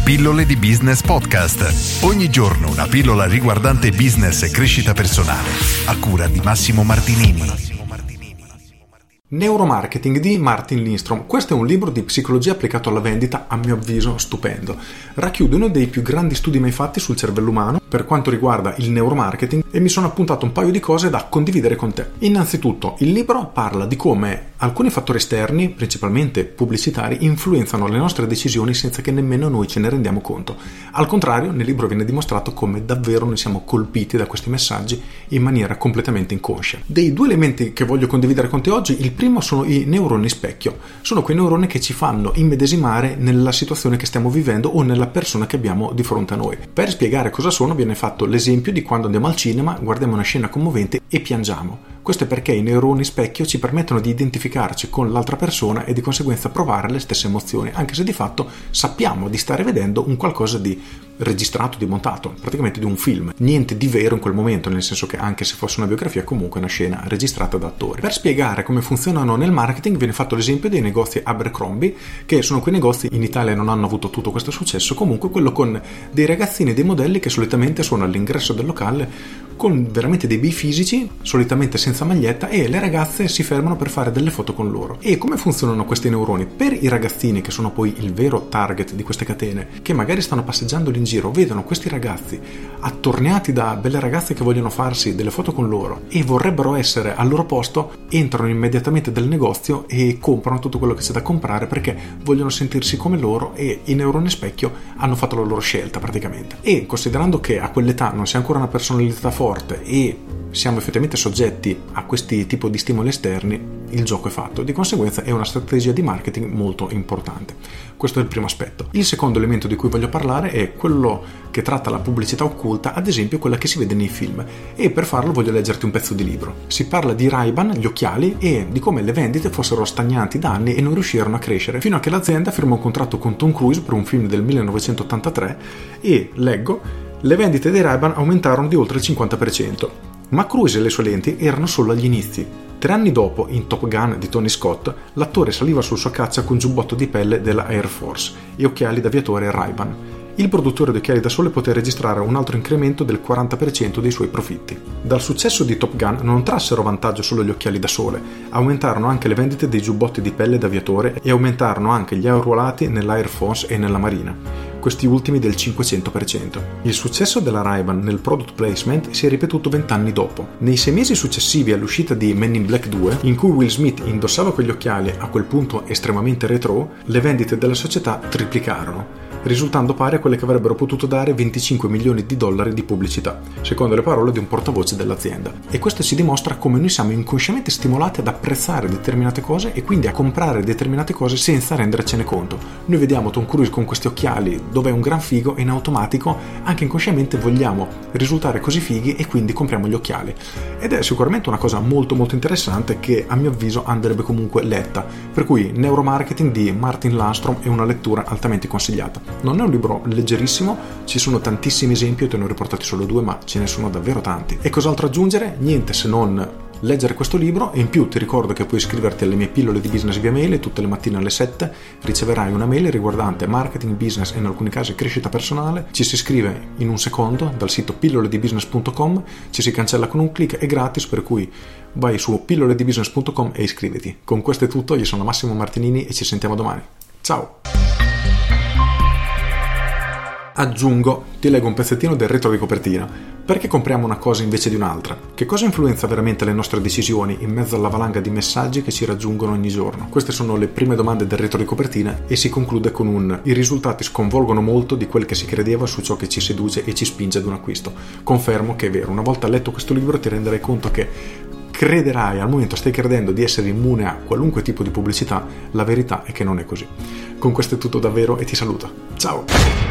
Pillole di Business Podcast. Ogni giorno una pillola riguardante business e crescita personale. A cura di Massimo Martinini. Neuromarketing di Martin Lindstrom. Questo è un libro di psicologia applicato alla vendita, a mio avviso stupendo. Racchiude uno dei più grandi studi mai fatti sul cervello umano per quanto riguarda il neuromarketing e mi sono appuntato un paio di cose da condividere con te. Innanzitutto, il libro parla di come alcuni fattori esterni, principalmente pubblicitari, influenzano le nostre decisioni senza che nemmeno noi ce ne rendiamo conto. Al contrario, nel libro viene dimostrato come davvero noi siamo colpiti da questi messaggi in maniera completamente inconscia. Dei due elementi che voglio condividere con te oggi, il primo sono i neuroni specchio. Sono quei neuroni che ci fanno immedesimare nella situazione che stiamo vivendo o nella persona che abbiamo di fronte a noi. Per spiegare cosa sono viene fatto l'esempio di quando andiamo al cinema, guardiamo una scena commovente e piangiamo. Questo è perché i neuroni specchio ci permettono di identificarci con l'altra persona e di conseguenza provare le stesse emozioni, anche se di fatto sappiamo di stare vedendo un qualcosa di registrato, di montato, praticamente di un film. Niente di vero in quel momento, nel senso che anche se fosse una biografia, comunque è una scena registrata da attori. Per spiegare come funzionano nel marketing viene fatto l'esempio dei negozi Abercrombie, che sono quei negozi, in Italia non hanno avuto tutto questo successo, comunque quello con dei ragazzini e dei modelli che solitamente sono all'ingresso del locale con veramente dei bei fisici, solitamente senza maglietta, e le ragazze si fermano per fare delle foto con loro. E come funzionano questi neuroni? Per i ragazzini, che sono poi il vero target di queste catene, che magari stanno passeggiando in giro, vedono questi ragazzi attorniati da belle ragazze che vogliono farsi delle foto con loro e vorrebbero essere al loro posto, entrano immediatamente nel negozio e comprano tutto quello che c'è da comprare perché vogliono sentirsi come loro, e i neuroni specchio hanno fatto la loro scelta praticamente. E considerando che a quell'età non si ha ancora una personalità forte e siamo effettivamente soggetti a questi tipi di stimoli esterni, il gioco è fatto. Di conseguenza è una strategia di marketing molto importante. Questo è il primo aspetto. Il secondo elemento di cui voglio parlare è quello che tratta la pubblicità occulta, ad esempio quella che si vede nei film, e per farlo voglio leggerti un pezzo di libro. Si parla di Ray-Ban, gli occhiali, e di come le vendite fossero stagnanti da anni e non riuscirono a crescere, fino a che l'azienda firmò un contratto con Tom Cruise per un film del 1983 e, leggo, le vendite dei Ray-Ban aumentarono di oltre il 50%. Ma Cruise e le sue lenti erano solo agli inizi. 3 anni dopo, in Top Gun di Tony Scott, l'attore saliva sul suo caccia con giubbotto di pelle della Air Force e occhiali d'aviatore Ray-Ban. Il produttore di occhiali da sole poté registrare un altro incremento del 40% dei suoi profitti. Dal successo di Top Gun non trassero vantaggio solo gli occhiali da sole, aumentarono anche le vendite dei giubbotti di pelle d'aviatore e aumentarono anche gli arruolati nell'Air Force e nella Marina, questi ultimi del 500%. Il successo della Ray-Ban nel product placement si è ripetuto 20 anni dopo. Nei 6 mesi successivi all'uscita di Men in Black 2, in cui Will Smith indossava quegli occhiali a quel punto estremamente retro, le vendite della società triplicarono, risultando pari a quelle che avrebbero potuto dare $25 milioni di pubblicità, secondo le parole di un portavoce dell'azienda. E questo ci dimostra come noi siamo inconsciamente stimolati ad apprezzare determinate cose e quindi a comprare determinate cose senza rendercene conto. Noi vediamo Tom Cruise con questi occhiali dove è un gran figo e in automatico, anche inconsciamente, vogliamo risultare così fighi e quindi compriamo gli occhiali. Ed è sicuramente una cosa molto molto interessante che a mio avviso andrebbe comunque letta, per cui Neuromarketing di Martin Lindstrom è una lettura altamente consigliata. Non è un libro leggerissimo, ci sono tantissimi esempi, io te ne ho riportati solo 2, ma ce ne sono davvero tanti. E cos'altro aggiungere? Niente se non leggere questo libro, e in più ti ricordo che puoi iscriverti alle mie pillole di business via mail e tutte le mattine alle 7 riceverai una mail riguardante marketing, business e in alcuni casi crescita personale. Ci si iscrive in un secondo dal sito pilloledibusiness.com, ci si cancella con un click, è gratis, per cui vai su pilloledibusiness.com e iscriviti. Con questo è tutto, io sono Massimo Martinini e ci sentiamo domani. Ciao! Aggiungo, ti leggo un pezzettino del retro di copertina. Perché compriamo una cosa invece di un'altra? Che cosa influenza veramente le nostre decisioni in mezzo alla valanga di messaggi che ci raggiungono ogni giorno? Queste sono le prime domande del retro di copertina e si conclude con un: i risultati sconvolgono molto di quel che si credeva su ciò che ci seduce e ci spinge ad un acquisto. Confermo che è vero, una volta letto questo libro ti renderai conto che crederai, al momento stai credendo di essere immune a qualunque tipo di pubblicità, la verità è che non è così. Con questo è tutto davvero e ti saluto. Ciao!